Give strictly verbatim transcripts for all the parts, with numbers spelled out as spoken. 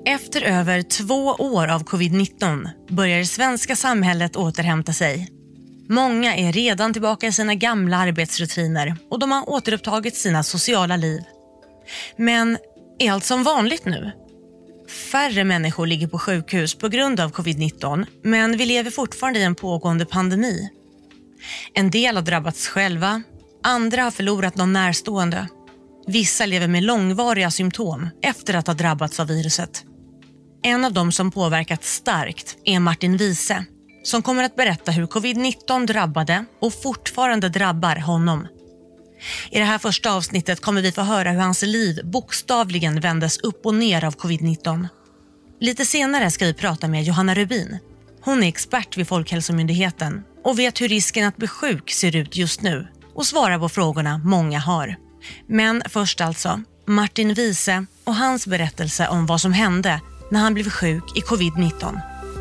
Efter över två år av covid nitton börjar det svenska samhället återhämta sig. Många är redan tillbaka i sina gamla arbetsrutiner och de har återupptagit sina sociala liv. Men är allt som vanligt nu? Färre människor ligger på sjukhus på grund av covid nitton, men vi lever fortfarande i en pågående pandemi. En del har drabbats själva, andra har förlorat någon närstående. Vissa lever med långvariga symptom efter att ha drabbats av viruset. En av dem som påverkat starkt är Martin Wiese, som kommer att berätta hur covid nitton drabbade och fortfarande drabbar honom. I det här första avsnittet kommer vi få höra hur hans liv bokstavligen vändes upp och ner av covid nitton. Lite senare ska vi prata med Johanna Rubin. Hon är expert vid Folkhälsomyndigheten och vet hur risken att bli sjuk ser ut just nu och svarar på frågorna många har. Men först alltså, Martin Wiese och hans berättelse om vad som hände när han blev sjuk i covid nitton.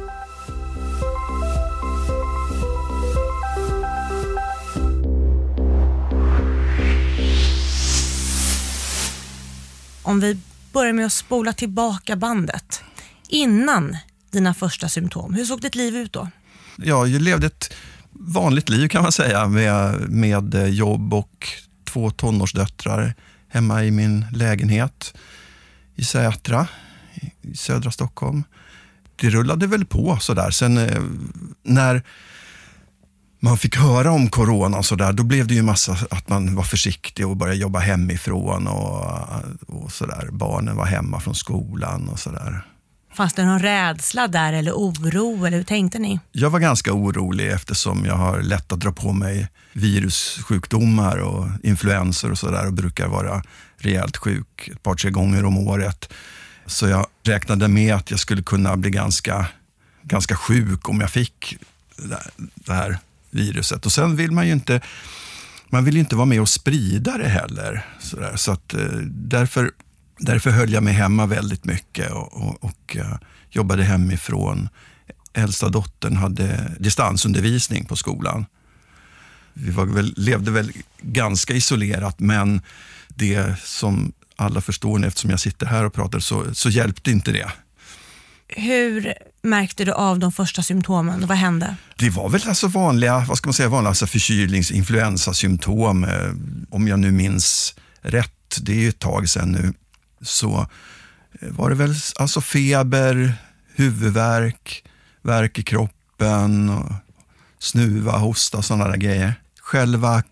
Om vi börjar med att spola tillbaka bandet. Innan dina första symptom, hur såg ditt liv ut då? Ja, jag levde ett vanligt liv kan man säga med, med jobb och två tonårsdöttrar hemma i min lägenhet i Sätra i södra Stockholm. Det rullade väl på sådär. Sen när man fick höra om corona och sådär, då blev det ju massa att man var försiktig och började jobba hemifrån och, och sådär. Barnen var hemma från skolan och sådär. Fanns det någon rädsla där eller oro, eller hur tänkte ni? Jag var ganska orolig eftersom jag har lätt att dra på mig virussjukdomar och influenser och sådär och brukar vara rejält sjuk ett par, tre gånger om året. Så jag räknade med att jag skulle kunna bli ganska, ganska sjuk om jag fick det här viruset. Och sen vill man ju inte, man vill ju inte vara med och sprida det heller. Sådär. Så att därför, därför höll jag mig hemma väldigt mycket och, och, och uh, jobbade hemifrån. Äldsta dottern hade distansundervisning på skolan. Vi var väl, levde väl ganska isolerat, men det som alla förstår nu, eftersom jag sitter här och pratar, så, så hjälpte inte det. Hur märkte du av de första symptomen? Vad hände? Det var väl alltså vanliga, vad ska man säga, vanliga alltså förkylnings-, influensasymptom. Om jag nu minns rätt, det är ju ett tag sedan nu, så var det väl alltså feber, huvudvärk, värk i kroppen, och snuva, hosta och sådana där grejer. Själva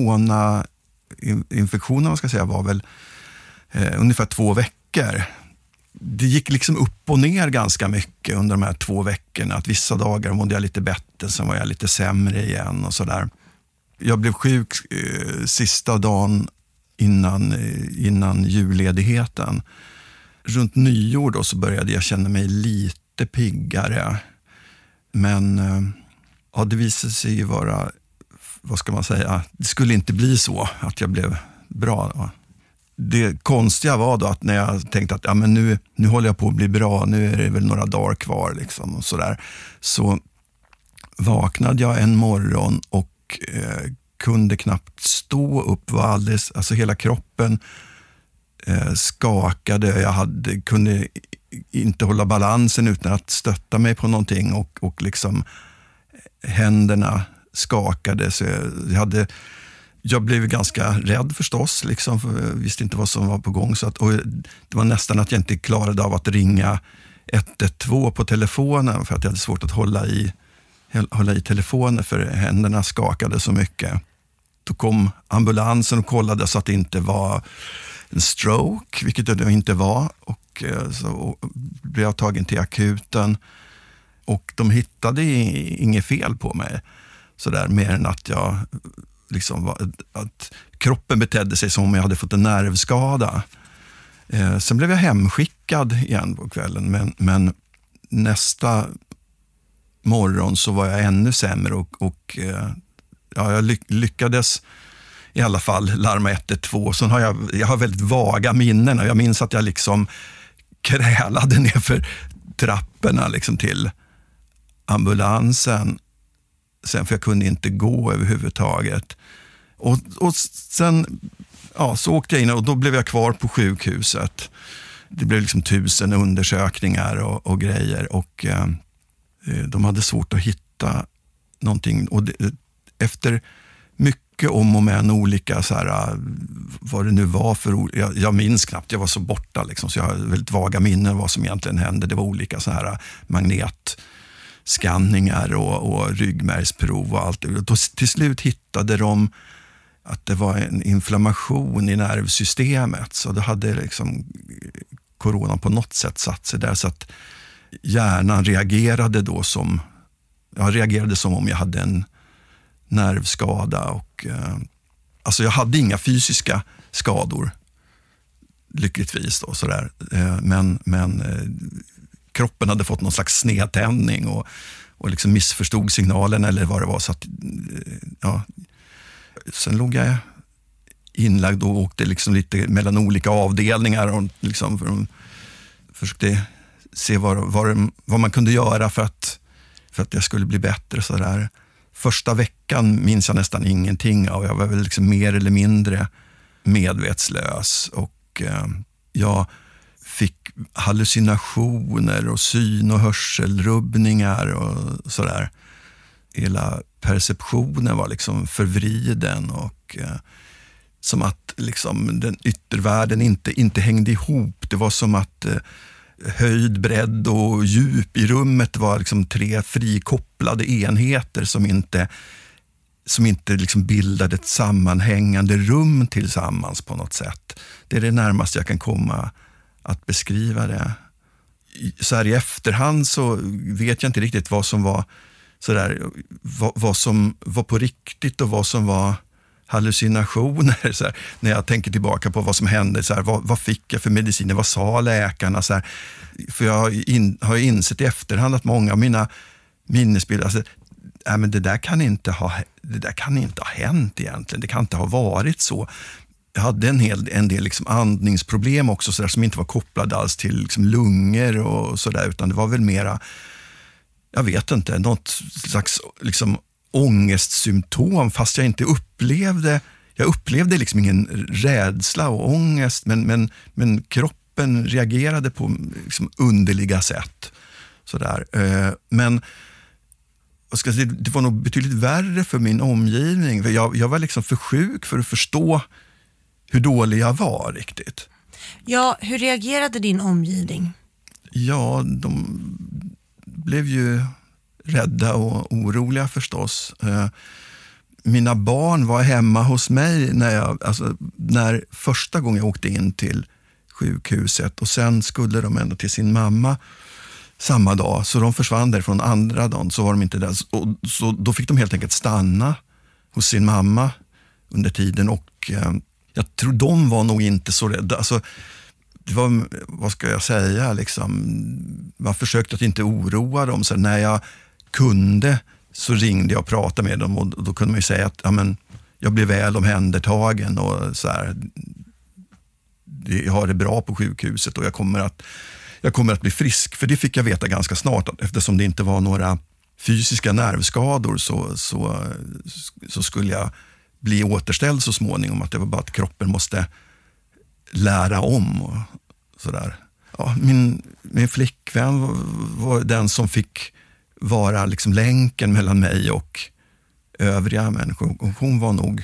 corona-infektionen, vad ska jag säga, var väl eh, ungefär två veckor. Det gick liksom upp och ner ganska mycket under de här två veckorna. Att vissa dagar mådde jag lite bättre, sen var jag lite sämre igen och sådär. Jag blev sjuk eh, sista dagen innan, eh, innan julledigheten. Runt nyår då så började jag känna mig lite piggare. Men eh, ja, det visade sig ju vara, vad ska man säga, det skulle inte bli så att jag blev bra då. Det konstiga var då att när jag tänkte att ja, men nu, nu håller jag på att bli bra, nu är det väl några dagar kvar liksom och sådär, så vaknade jag en morgon och eh, kunde knappt stå upp, var alldeles, alltså hela kroppen eh, skakade, jag hade, kunde inte hålla balansen utan att stötta mig på någonting och, och liksom händerna skakade, så jag, jag hade Jag blev ganska rädd förstås, liksom, för jag visste inte vad som var på gång. Så att, och det var nästan att jag inte klarade av att ringa ett ett två på telefonen för att jag hade svårt att hålla i, hålla i telefonen för händerna skakade så mycket. Då kom ambulansen och kollade så att det inte var en stroke, vilket det inte var. Och så och blev jag tagen till akuten och de hittade inget fel på mig. Så där, mer än att jag... Liksom, att kroppen betedde sig som om jag hade fått en nervskada. Eh, sen blev jag hemskickad igen på kvällen, men, men nästa morgon så var jag ännu sämre och, och eh, ja, jag ly- lyckades i alla fall larma ett ett två. Så har jag, jag har väldigt vaga minnen och jag minns att jag liksom krälade ner för trapporna liksom till ambulansen. Sen för jag kunde inte gå överhuvudtaget. Och, och sen ja, så åkte jag in och då blev jag kvar på sjukhuset. det blev liksom tusen undersökningar och, och grejer. Och eh, de hade svårt att hitta någonting. Och det, efter mycket om och men olika, så här, vad det nu var för... Jag, jag minns knappt, jag var så borta. Liksom, så jag har väldigt vaga minnen av vad som egentligen hände. Det var olika så här magnetskanningar och, och ryggmärgsprov och allt. Och då, till slut hittade de att det var en inflammation i nervsystemet. Så då hade liksom corona på något sätt satt sig där, så att hjärnan reagerade då som jag reagerade som om jag hade en nervskada. Och eh, alltså jag hade inga fysiska skador lyckligtvis då, sådär. Eh, men men eh, kroppen hade fått någon slags snedtändning och, och liksom missförstod signalen eller vad det var, så att eh, ja. Sen låg jag inlagd och åkte liksom lite mellan olika avdelningar och liksom för de försökte se vad, vad, vad man kunde göra för att, för att jag skulle bli bättre. Så där. Första veckan minns jag nästan ingenting av. Jag var väl liksom mer eller mindre medvetslös och eh, jag fick hallucinationer och syn- och hörselrubbningar och sådär. Hela perceptionen var liksom förvriden och eh, som att liksom den yttervärlden inte, inte hängde ihop. Det var som att eh, höjd, bredd och djup i rummet var liksom tre frikopplade enheter som inte, som inte liksom bildade ett sammanhängande rum tillsammans på något sätt. Det är det närmaste jag kan komma att beskriva det. Så här i efterhand så vet jag inte riktigt vad som var så där, vad, vad som var på riktigt och vad som var hallucinationer. Så här, när jag tänker tillbaka på vad som hände, så här, vad, vad fick jag för mediciner, vad sa läkarna? Så här, för jag in, har insett i efterhand att många av mina minnesbilder, alltså, äh, men det där kan inte ha, det där kan inte ha hänt egentligen, det kan inte ha varit så. Jag hade en, hel, en del liksom andningsproblem också så där, som inte var kopplade alls till liksom lungor och sådär, utan det var väl mera, jag vet inte, något slags liksom ångestsymptom, fast jag inte upplevde, jag upplevde liksom ingen rädsla och ångest, men, men, men kroppen reagerade på liksom underliga sätt. Sådär. Men vad ska jag säga, det var nog betydligt värre för min omgivning, för jag, jag var liksom för sjuk för att förstå hur dålig jag var riktigt. Ja, hur reagerade din omgivning? Ja, de blev ju rädda och oroliga förstås. Mina barn var hemma hos mig när jag, alltså, när första gången jag åkte in till sjukhuset, och sen skulle de ändå till sin mamma samma dag, så de försvann därifrån andra dagen, så var de inte där. Och så då fick de helt enkelt stanna hos sin mamma under tiden, och eh, jag tror de var nog inte så rädda. Alltså, det var, vad ska jag säga, liksom, man försökte att inte oroa dem. Så när jag kunde så ringde jag och pratade med dem, och då kunde man ju säga att ja, men, jag blev väl omhändertagen och så här, jag har det bra på sjukhuset och jag kommer att jag kommer att bli frisk. För det fick jag veta ganska snart, att eftersom det inte var några fysiska nervskador så, så, så skulle jag bli återställd så småningom, att det var bara att kroppen måste lära om och sådär. Ja, min, min flickvän var, var den som fick vara liksom länken mellan mig och övriga människor. Och hon var nog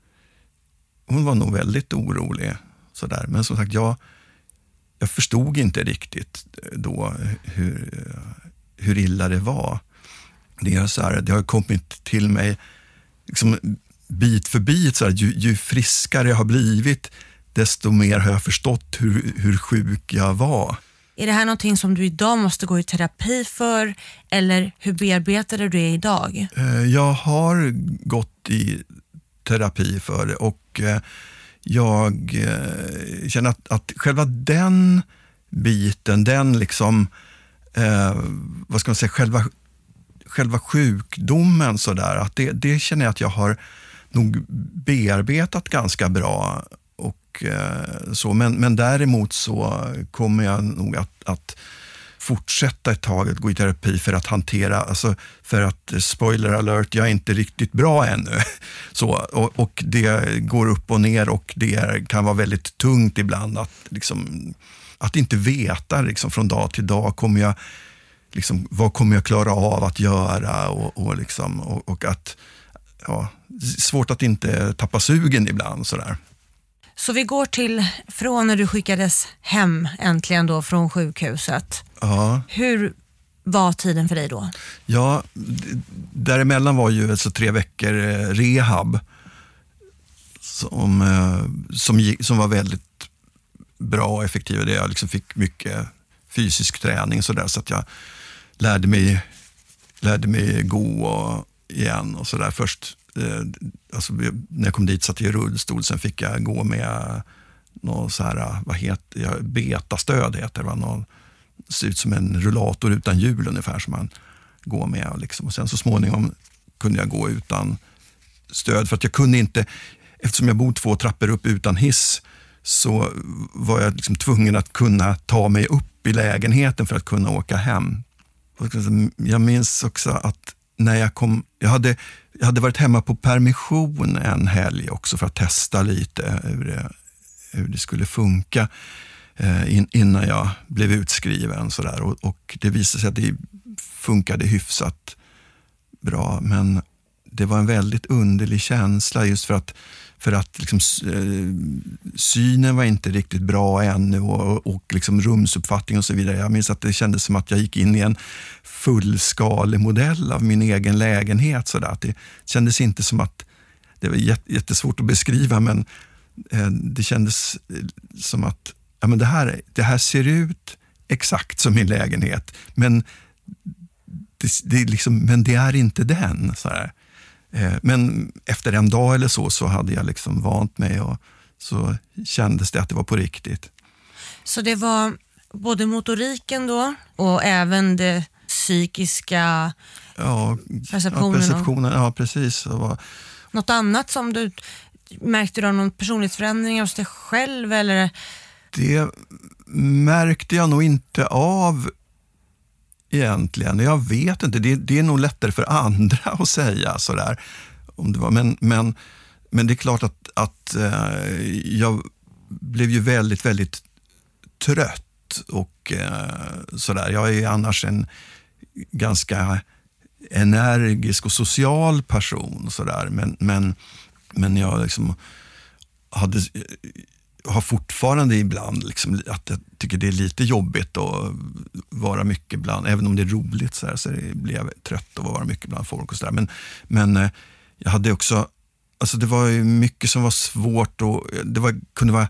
hon var nog väldigt orolig. Sådär. Men som sagt, jag, jag förstod inte riktigt då hur, hur illa det var. Det, är så här, det har kommit till mig liksom bit för bit. Så här, ju, ju friskare jag har blivit, desto mer har jag förstått hur, hur sjuk jag var. Är det här någonting som du idag måste gå i terapi för, eller hur bearbetar du det idag? Jag har gått i terapi för det, och jag känner att, att själva den biten, den liksom, eh, vad ska man säga, själva, själva sjukdomen så där, att det, det känner jag att jag har nog bearbetat ganska bra. Och, eh, så, men, men däremot så kommer jag nog att, att fortsätta ett tag att gå i terapi för att hantera, alltså för att, spoiler alert, jag är inte riktigt bra ännu. Så, och, och det går upp och ner och det kan vara väldigt tungt ibland att, liksom, att inte veta liksom, från dag till dag, kommer jag, liksom, vad kommer jag klara av att göra och, och, liksom, och, och att, ja, svårt att inte tappa sugen ibland sådär. Så vi går till från när du skickades hem äntligen då från sjukhuset. Ja. Hur var tiden för dig då? Ja, däremellan var ju alltså tre veckor rehab som, som, som var väldigt bra och effektiv. Jag liksom fick mycket fysisk träning så, där, så att jag lärde mig, lärde mig gå och, igen och sådär. Först alltså, när jag kom dit satt jag i rullstol, sen fick jag gå med någon så här, vad heter betastöd heter det, var någon, ser ut som en rullator utan hjul ungefär som man går med och, liksom. Och sen så småningom kunde jag gå utan stöd för att jag kunde inte, eftersom jag bor två trappor upp utan hiss, så var jag liksom tvungen att kunna ta mig upp i lägenheten för att kunna åka hem. Och jag minns också att när jag kom, jag hade, jag hade varit hemma på permission en helg också för att testa lite hur det, hur det skulle funka eh, in, innan jag blev utskriven. Så där. Och, och det visade sig att det funkade hyfsat bra, men det var en väldigt underlig känsla just för att, för att liksom, eh, synen var inte riktigt bra ännu och, och liksom rumsuppfattning och så vidare. Jag minns att det kändes som att jag gick in i en fullskalig modell av min egen lägenhet. Så där. Att det kändes inte som att, det var jättesvårt att beskriva, men eh, det kändes som att ja, men det, här, det här ser ut exakt som min lägenhet, men det, det, är liksom, men det är inte den. Så här. Men efter en dag eller så så hade jag liksom vant mig och så kändes det att det var på riktigt. Så det var både motoriken då och även det psykiska ja, perceptionen? Ja, perceptionen, ja precis. Det var... Något annat som du märkte du någon personlighetsförändring hos dig själv? Eller? Det märkte jag nog inte av egentligen. Jag vet inte, det, det är nog lättare för andra att säga sådär. Om det var. Men, men, men det är klart att, att eh, jag blev ju väldigt, väldigt trött och eh, sådär. Jag är annars en ganska energisk och social person sådär. Men, men, men jag liksom hade... har fortfarande ibland liksom att jag tycker det är lite jobbigt att vara mycket ibland, även om det är roligt så här, så blir jag trött av att vara mycket bland folk och så där. Men, men jag hade också, alltså det var ju mycket som var svårt och det var, kunde vara,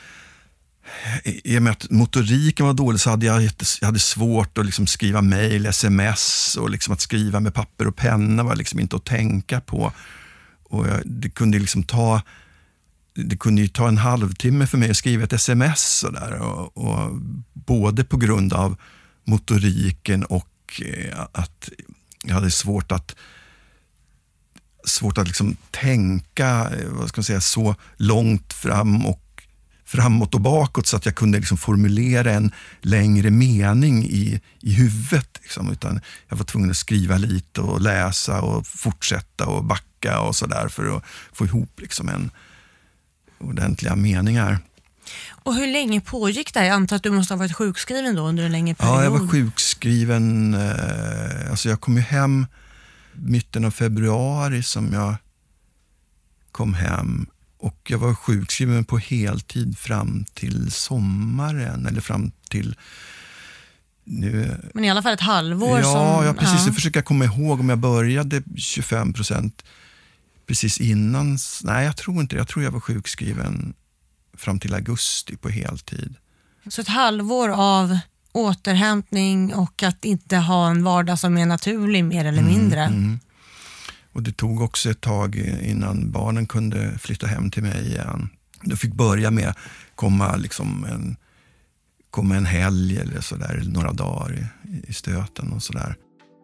i och med att motoriken var dålig så hade jag, jag hade svårt att liksom skriva mejl, sms och liksom att skriva med papper och penna var liksom inte att tänka på. Och jag, det kunde liksom ta Det kunde ju ta en halvtimme för mig att skriva ett sms så där, och, och både på grund av motoriken och eh, att jag hade svårt att svårt att liksom tänka vad ska man säga, så långt fram och framåt och bakåt så att jag kunde liksom formulera en längre mening i, i huvudet. Liksom. Utan jag var tvungen att skriva lite och läsa och fortsätta och backa och så där för att få ihop liksom en ordentliga meningar. Och hur länge pågick det? Jag antar att du måste ha varit sjukskriven då under en längre period. Ja, jag var sjukskriven. Eh, alltså jag kom ju hem mitten av februari som jag kom hem. Och jag var sjukskriven på heltid fram till sommaren. Eller fram till nu. Men i alla fall ett halvår. Ja, som, ja precis. Ja. Jag försöker komma ihåg om jag började tjugofem procent precis innan. Nej, jag tror inte det. Jag tror jag var sjukskriven fram till augusti på heltid. Så ett halvår av återhämtning och att inte ha en vardag som är naturlig mer eller mindre. Mm, mm. Och det tog också ett tag innan barnen kunde flytta hem till mig igen. Jag fick börja med komma liksom en, komma en helg eller sådär, några dagar i, i stöten och sådär.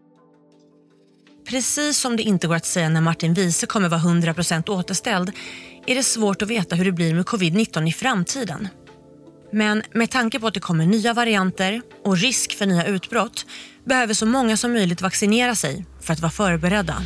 Precis som det inte går att säga när Martin Wiese kommer vara hundra procent återställd är det svårt att veta hur det blir med covid nitton i framtiden. Men med tanke på att det kommer nya varianter och risk för nya utbrott behöver så många som möjligt vaccinera sig för att vara förberedda.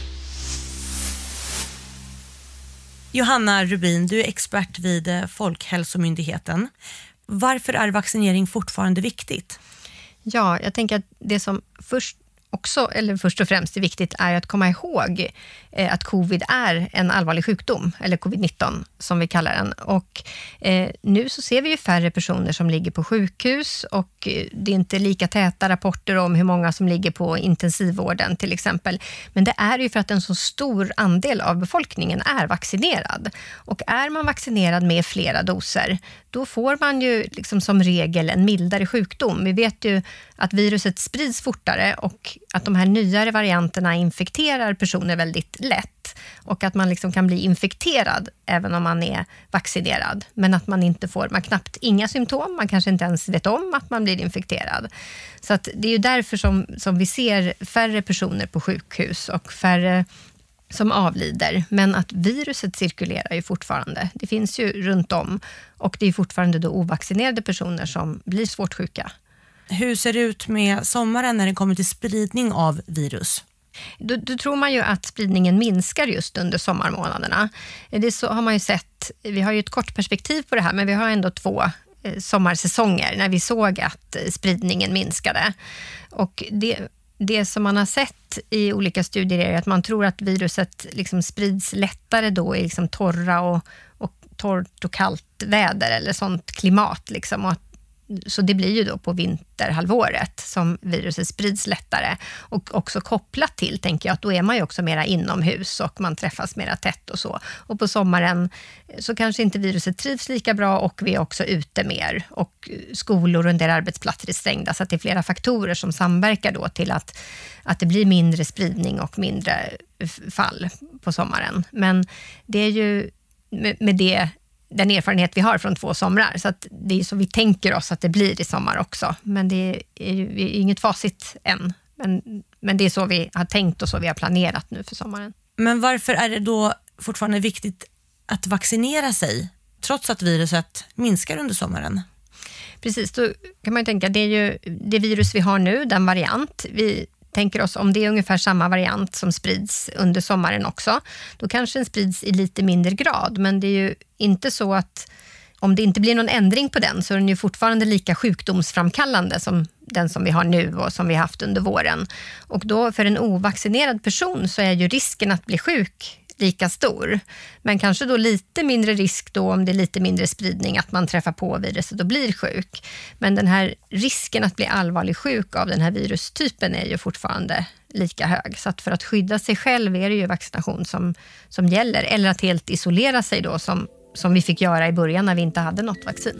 Johanna Rubin, du är expert vid Folkhälsomyndigheten. Varför är vaccinering fortfarande viktigt? Ja, jag tänker att det som först också, eller först och främst är viktigt, är att komma ihåg eh, att covid är en allvarlig sjukdom, eller covid nitton som vi kallar den. Och eh, nu så ser vi ju färre personer som ligger på sjukhus, och eh, det är inte lika täta rapporter om hur många som ligger på intensivvården till exempel. Men det är ju för att en så stor andel av befolkningen är vaccinerad. Och är man vaccinerad med flera doser, då får man ju liksom som regel en mildare sjukdom. Vi vet ju att viruset sprids fortare och att de här nyare varianterna infekterar personer väldigt lätt, och att man liksom kan bli infekterad även om man är vaccinerad, men att man inte får, man knappt inga symptom, man kanske inte ens vet om att man blir infekterad. Så att det är ju därför som, som vi ser färre personer på sjukhus och färre som avlider, men att viruset cirkulerar ju fortfarande. Det finns ju runt om, och det är fortfarande då ovaccinerade personer som blir svårt sjuka. Hur ser det ut med sommaren när det kommer till spridning av virus? Då, då tror man ju att spridningen minskar just under sommarmånaderna. Det så har man ju sett, vi har ju ett kort perspektiv på det här, men vi har ändå två eh, sommarsäsonger när vi såg att eh, spridningen minskade. Och det, det som man har sett i olika studier är att man tror att viruset liksom sprids lättare då i liksom torra och, och torrt och kallt väder eller sånt klimat liksom, och att så det blir ju då på vinterhalvåret som viruset sprids lättare, och också kopplat till, tänker jag, att då är man ju också mera inomhus och man träffas mera tätt och så. Och på sommaren så kanske inte viruset trivs lika bra, och vi är också ute mer, och skolor och en del arbetsplatser är stängda, så att det är flera faktorer som samverkar då till att, att det blir mindre spridning och mindre fall på sommaren. Men det är ju med, med det den erfarenhet vi har från två somrar. Så att det är så vi tänker oss att det blir i sommar också. Men det är ju är inget facit än. Men, men det är så vi har tänkt och så vi har planerat nu för sommaren. Men varför är det då fortfarande viktigt att vaccinera sig trots att viruset minskar under sommaren? Precis, då kan man ju tänka, det är ju det virus vi har nu, den variant. Vi tänker oss om det är ungefär samma variant som sprids under sommaren också, då kanske den sprids i lite mindre grad, men det är ju inte så att om det inte blir någon ändring på den, så är den ju fortfarande lika sjukdomsframkallande som den som vi har nu och som vi har haft under våren. Och då för en ovaccinerad person så är ju risken att bli sjuk lika stor, men kanske då lite mindre risk då om det är lite mindre spridning att man träffar på viruset och blir sjuk. Men den här risken att bli allvarligt sjuk av den här virustypen är ju fortfarande lika hög. Så att för att skydda sig själv är det ju vaccination som, som gäller, eller att helt isolera sig då som, som vi fick göra i början när vi inte hade något vaccin.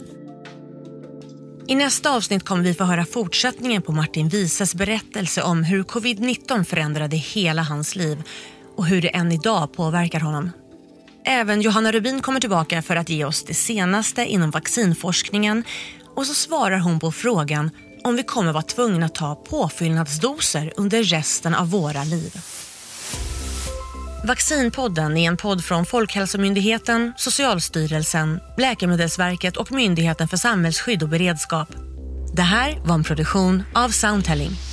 I nästa avsnitt kommer vi få höra fortsättningen på Martin Wieses berättelse om hur covid nitton förändrade hela hans liv och hur det än idag påverkar honom. Även Johanna Rubin kommer tillbaka för att ge oss det senaste inom vaccinforskningen, och så svarar hon på frågan om vi kommer vara tvungna att ta påfyllnadsdoser under resten av våra liv. Vaccinpodden är en podd från Folkhälsomyndigheten, Socialstyrelsen, Läkemedelsverket och Myndigheten för samhällsskydd och beredskap. Det här var en produktion av Soundtelling.